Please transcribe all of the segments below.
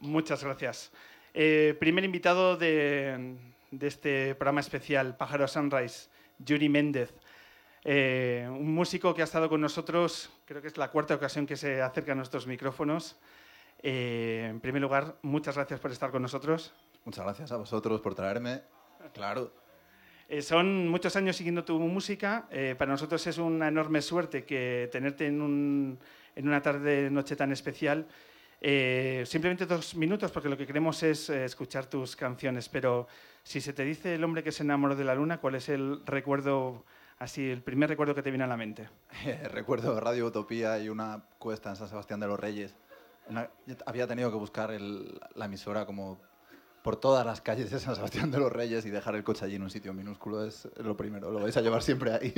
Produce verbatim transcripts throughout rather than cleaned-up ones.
Muchas gracias. Eh, primer invitado de, de este programa especial, Pájaro Sunrise, Yuri Méndez. Eh, un músico que ha estado con nosotros, creo que es la cuarta ocasión que se acerca a nuestros micrófonos. Eh, en primer lugar, muchas gracias por estar con nosotros. Muchas gracias a vosotros por traerme. Claro. Eh, son muchos años siguiendo tu música. Eh, para nosotros es una enorme suerte que tenerte en, un, en una tarde, noche tan especial. Eh, simplemente dos minutos, porque lo que queremos es eh, escuchar tus canciones. Pero si se te dice El hombre que se enamoró de la luna, ¿cuál es el recuerdo, así, el primer recuerdo que te viene a la mente? Eh, recuerdo Radio Utopía y una cuesta en San Sebastián de los Reyes. Una, había tenido que buscar el, la emisora como por todas las calles de San Sebastián de los Reyes y dejar el coche allí en un sitio minúsculo. Es lo primero, lo vais a llevar siempre ahí.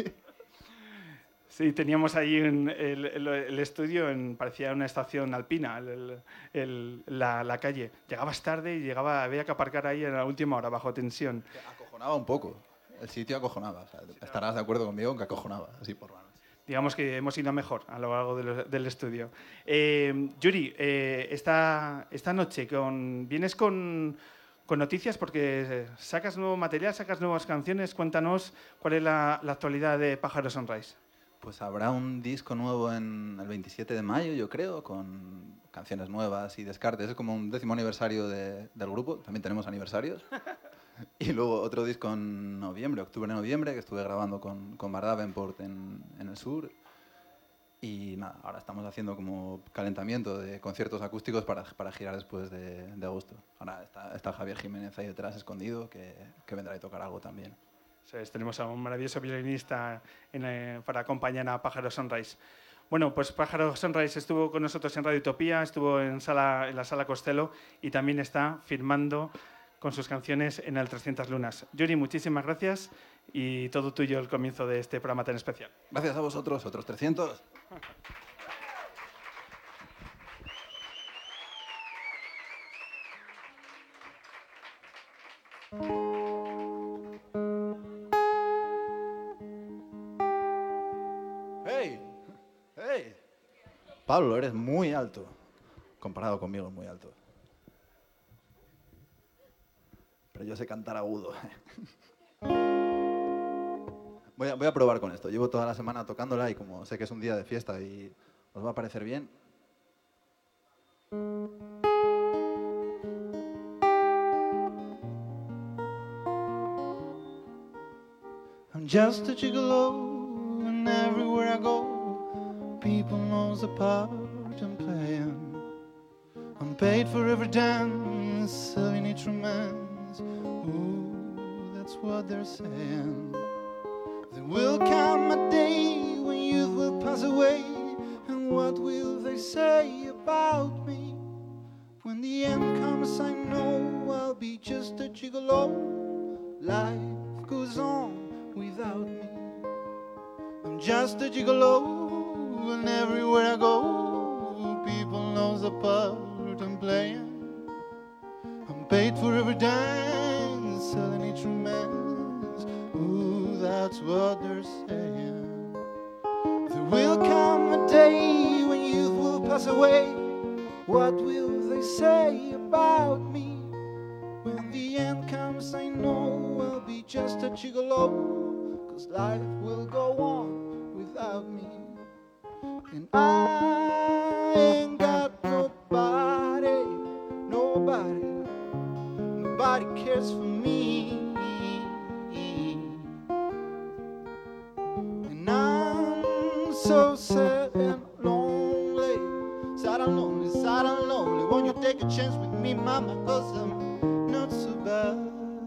Sí, teníamos ahí en el, el, el estudio, en, parecía una estación alpina, el, el, la, la calle. Llegabas tarde y llegaba, había que aparcar ahí en la última hora, bajo tensión. Acojonaba un poco, el sitio acojonaba. O sea, estarás de acuerdo conmigo en que acojonaba, así por manos. Digamos que hemos ido mejor a lo largo del, del estudio. Eh, Yuri, eh, esta, esta noche con, vienes con, con noticias porque sacas nuevo material, sacas nuevas canciones. Cuéntanos cuál es la, la actualidad de Pájaro Sunrise. Pues habrá un disco nuevo en el veintisiete de mayo, yo creo, con canciones nuevas y descartes. Es como un décimo aniversario de, del grupo. También tenemos aniversarios. Y luego otro disco en noviembre, octubre-noviembre, que estuve grabando con, con Bar Davenport en, en el sur. Y nada, ahora estamos haciendo como calentamiento de conciertos acústicos para, para girar después de, de agosto. Ahora está, está Javier Jiménez ahí detrás, escondido, que, que vendrá a tocar algo también. Entonces, tenemos a un maravilloso violinista en, eh, para acompañar a Pájaro Sunrise. Bueno, pues Pájaro Sunrise estuvo con nosotros en Radio Utopía, estuvo en, sala, en la Sala Costello y también está firmando con sus canciones en el trescientas lunas. Yuri, muchísimas gracias y todo tuyo el comienzo de este programa tan especial. Gracias a vosotros, otros trescientos. ¡Hey! ¡Hey! Pablo, eres muy alto. Comparado conmigo, muy alto. Pero yo sé cantar agudo. Voy a, voy a probar con esto. Llevo toda la semana tocándola y como sé que es un día de fiesta y os va a parecer bien. I'm just a gigolo and everywhere I go people knows the part I'm playing. I'm paid for every dance, selling each romance. Ooh, that's what they're saying. There will come a day when youth will pass away, and what will they say about me? When the end comes, I know I'll be just a gigolo. Life goes on without me. I'm just a gigolo, and everywhere I go, people know the part I'm playing. I'm paid for every dance, selling each romance. Ooh, that's what they're saying. There will come a day when youth will pass away. What will they say about me? When the end comes, I know I'll be just a gigolo, 'cause life will go on without me. And I ain't got nobody, nobody, nobody cares for me. And I'm so sad and lonely, sad and lonely, sad and lonely. Won't you take a chance with me, mama, 'cause I'm not so bad.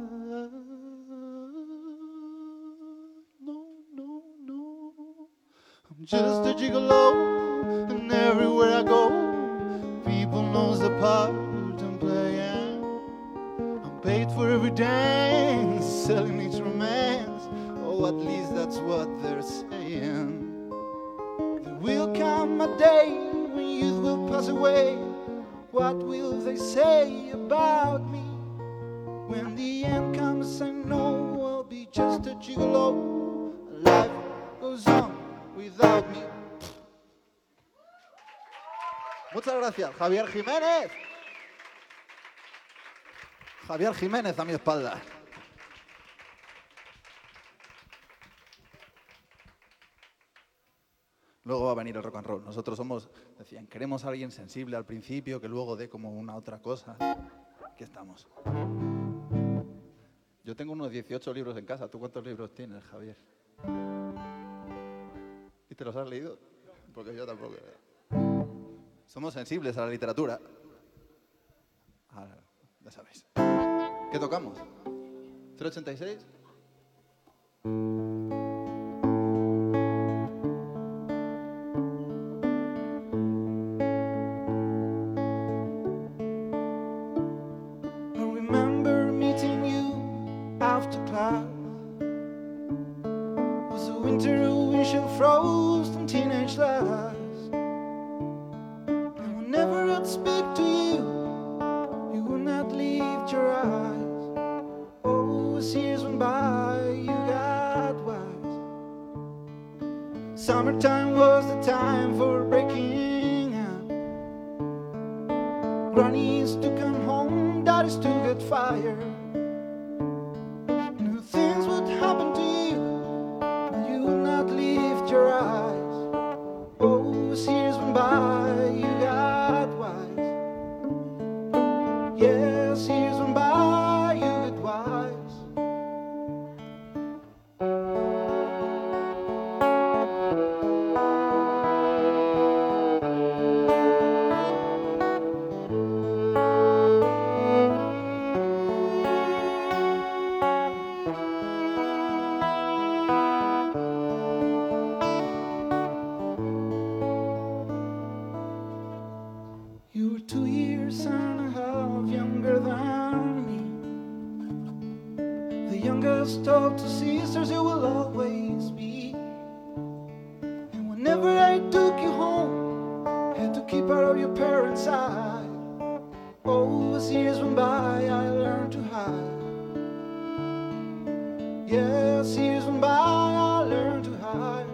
No, no, no. I'm just a gigolo, and everywhere I go, people knows the part I'm playing. I'm paid for every dance, selling each romance. Oh, at least that's what they're saying. There will come a day when youth will pass away. What will they say about me? When the end comes, I know I'll be just a gigolo. Life goes on without me. Muchas gracias, Javier Jiménez. Javier Jiménez a mi espalda. Luego va a venir el rock and roll. Nosotros somos, decían, queremos a alguien sensible al principio, que luego dé como una otra cosa. Aquí estamos. Yo tengo unos dieciocho libros en casa. ¿Tú cuántos libros tienes, Javier? ¿Y te los has leído? Porque yo tampoco. Somos sensibles a la literatura. Ah, ya sabéis. ¿Qué tocamos? ¿cero ochenta y seis? Summertime was the time for breaking out. Granny used to come home, Daddy used to get fired. New things would happen to you, but you would not lift your eyes. Oh, as years went by, you got wise. Yes, years went by, you got wise. You were two years and a half younger than me. The youngest of two sisters you will always be. And whenever I took you home, I had to keep out of your parents' side. Oh, as years went by, I learned to hide. Yes, years went by, I learned to hide.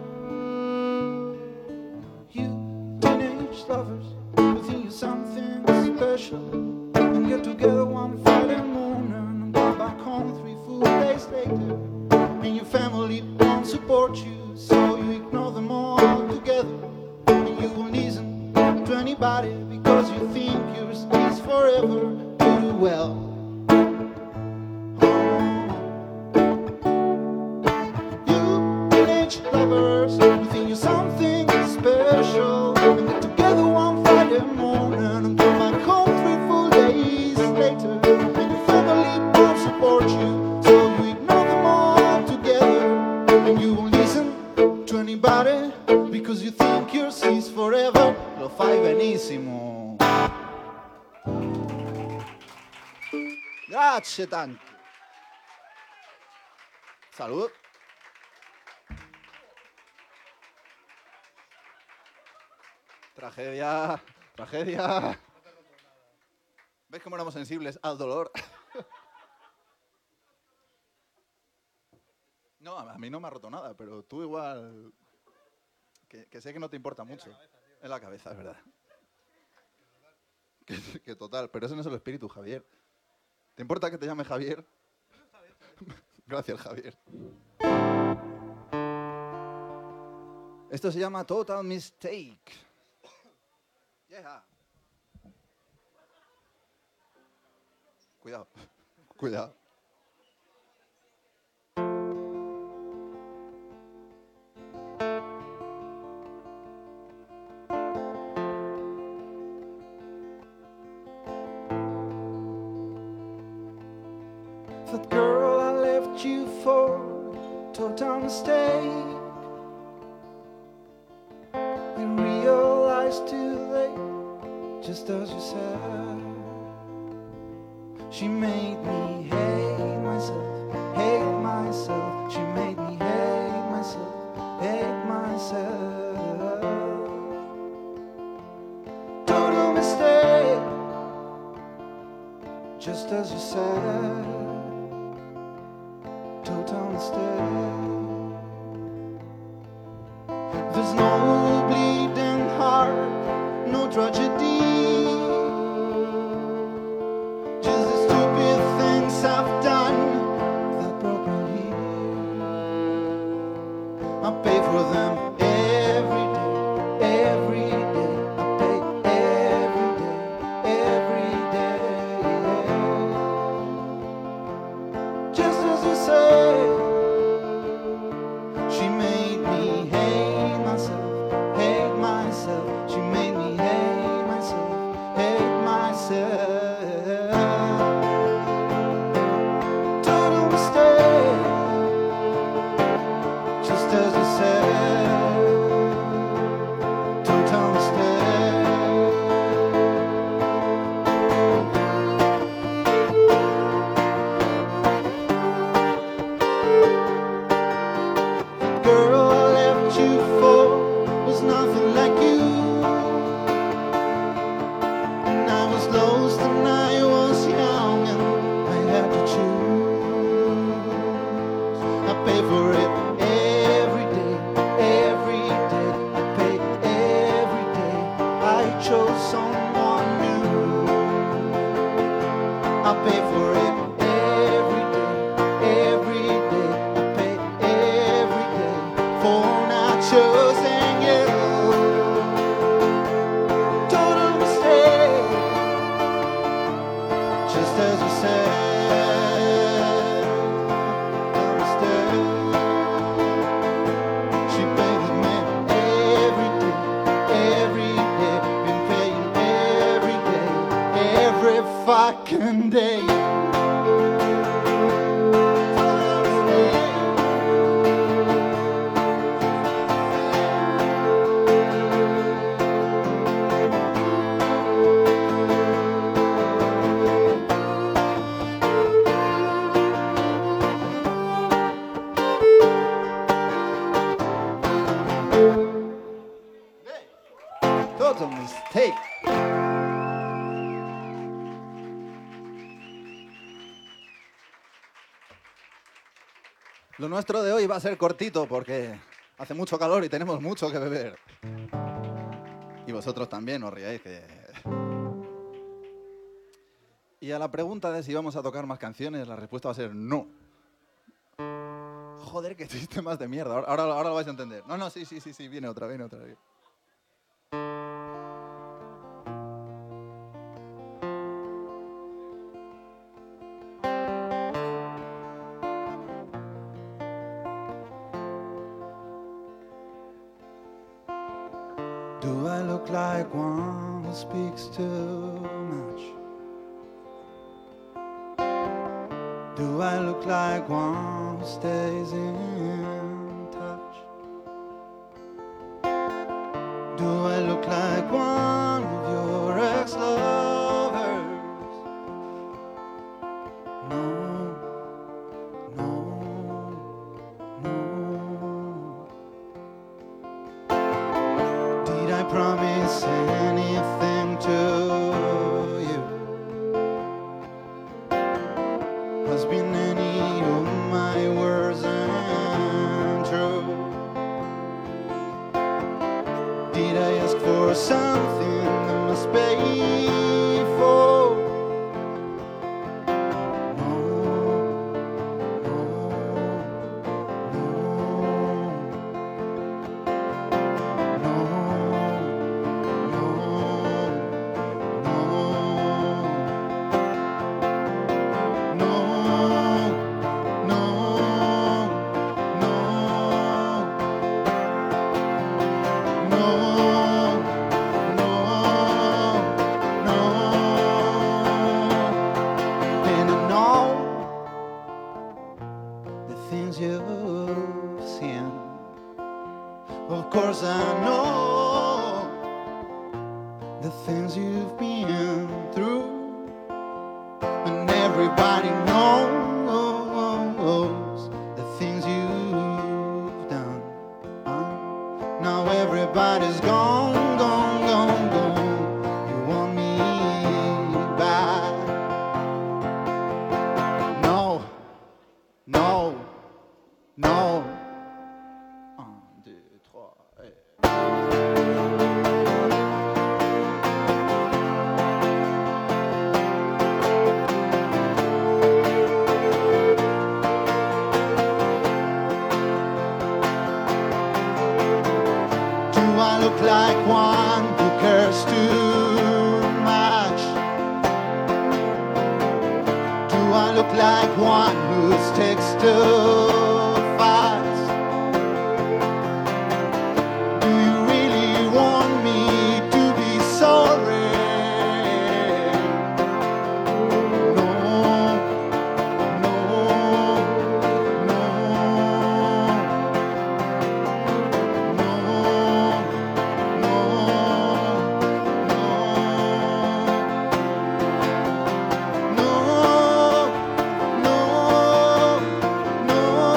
You teenage lovers, something special, and get together one Friday morning and go back home three full days later, and your family won't support you, so you ignore them all together, and you won't listen to anybody because you think yours is forever. You do well. You teenage lovers, you think you're something special, and get together one Friday morning and come back home three full days later, and your family won't support you, so you ignore them all together, and you won't listen to anybody because you think yours is forever. Lo fai benissimo. Grazie tanto. Salud. Tragedia, tragedia. ¿Ves cómo éramos sensibles al dolor? No, a mí no me ha roto nada, pero tú igual... Que, que sé que no te importa mucho. En la cabeza, es verdad. Que, que total, pero ese no es el espíritu, Javier. ¿Te importa que te llame Javier? Gracias, Javier. Esto se llama Total Mistake. Yeah. Cuidado, cuidado. That girl I left you for, total mistake. You realized too late, just as you said. She made me hate myself, hate myself. She made me hate myself, hate myself. Total mistake, just as you said. Total mistake. There's no bleeding heart, no tragedy. Just a stupid thing girl I left you for was nothing like you. And I was lost and I was young and I had to choose. I pay for it every day, every day. I pay every day. I chose someone new. I pay for it every day, every day. I pay every day for not choosing you. Total mistake, just as you said. A mistake. She paid with me every day, every day. Been paying every day, every fucking day. Total mistake. Lo nuestro de hoy va a ser cortito porque hace mucho calor y tenemos mucho que beber. Y vosotros también, os riáis que... Y a la pregunta de si vamos a tocar más canciones, la respuesta va a ser no. Joder, qué chiste más de mierda. Ahora, ahora, ahora lo vais a entender. No, no, sí, sí, sí, sí, viene otra, viene otra. Do I look like one who speaks too much? Do I look like one who stays in touch? Do I look like one of your ex-lovers? No, no, no. Did I promise anything to you? Has been any of my words untrue? Did I ask for something that must pay for? No, no, no, no, no, no, no, no, no, no, and I know the things you've seen. Of course I know the things you've been through, and everybody knows the things you've done. Uh, Now everybody's gone, gone, gone, gone. You want me back? No, no, no. Un, deux, trois, et... Do I look like one who cares too much? Do I look like one who sticks too fast? Do you really want me to be sorry? No, no, no, no, no, no, no, no, no.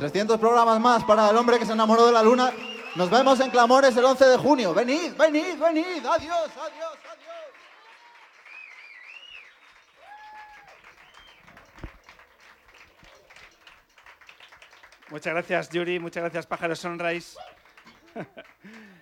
trescientos programas más para el hombre que se enamoró de la luna. Nos vemos en Clamores el once de junio. Venid, venid, venid. Adiós, adiós, adiós. Muchas gracias, Yuri. Muchas gracias, Pájaro Sunrise.